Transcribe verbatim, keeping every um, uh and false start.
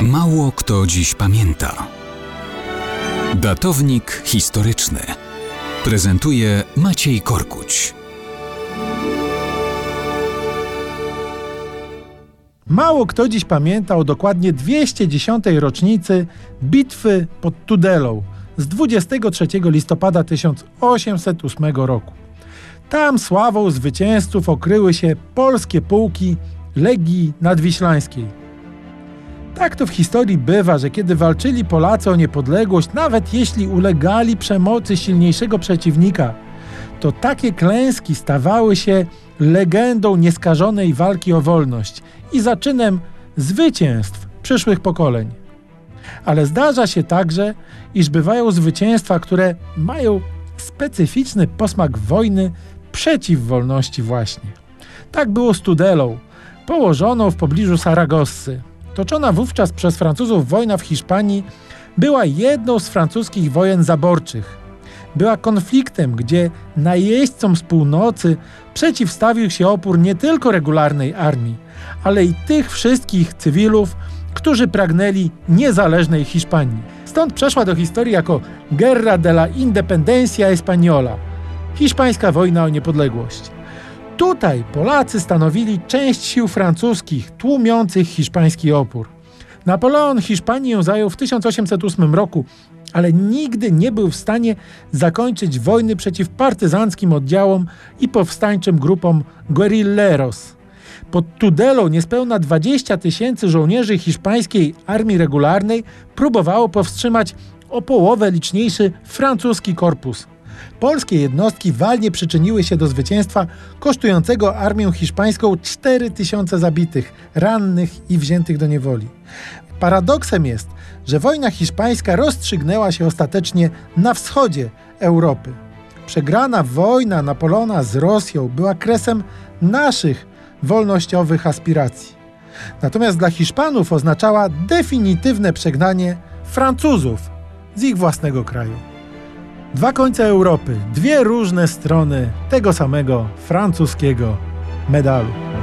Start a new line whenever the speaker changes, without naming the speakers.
Mało kto dziś pamięta. Datownik historyczny prezentuje Maciej Korkuć.
Mało kto dziś pamięta o dokładnie dwieście dziesiątej rocznicy bitwy pod Tudelą z dwudziestego trzeciego listopada tysiąc osiemset ósmego roku. Tam sławą zwycięzców okryły się polskie pułki Legii Nadwiślańskiej. Tak to w historii bywa, że kiedy walczyli Polacy o niepodległość, nawet jeśli ulegali przemocy silniejszego przeciwnika, to takie klęski stawały się legendą nieskażonej walki o wolność i zaczynem zwycięstw przyszłych pokoleń. Ale zdarza się także, iż bywają zwycięstwa, które mają specyficzny posmak wojny przeciw wolności właśnie. Tak było z Tudelą, położoną w pobliżu Saragossy. Toczona wówczas przez Francuzów wojna w Hiszpanii była jedną z francuskich wojen zaborczych. Była konfliktem, gdzie najeźdźcom z północy przeciwstawił się opór nie tylko regularnej armii, ale i tych wszystkich cywilów, którzy pragnęli niezależnej Hiszpanii. Stąd przeszła do historii jako Guerra de la Independencia Española, hiszpańska wojna o niepodległość. Tutaj Polacy stanowili część sił francuskich tłumiących hiszpański opór. Napoleon Hiszpanię zajął w tysiąc osiemset ósmym roku, ale nigdy nie był w stanie zakończyć wojny przeciw partyzanckim oddziałom i powstańczym grupom guerilleros. Pod Tudelą niespełna dwadzieścia tysięcy żołnierzy hiszpańskiej armii regularnej próbowało powstrzymać o połowę liczniejszy francuski korpus. Polskie jednostki walnie przyczyniły się do zwycięstwa kosztującego armię hiszpańską cztery tysiące zabitych, rannych i wziętych do niewoli. Paradoksem jest, że wojna hiszpańska rozstrzygnęła się ostatecznie na wschodzie Europy. Przegrana wojna Napoleona z Rosją była kresem naszych wolnościowych aspiracji. Natomiast dla Hiszpanów oznaczała definitywne przegnanie Francuzów z ich własnego kraju. Dwa końce Europy, dwie różne strony tego samego francuskiego medalu.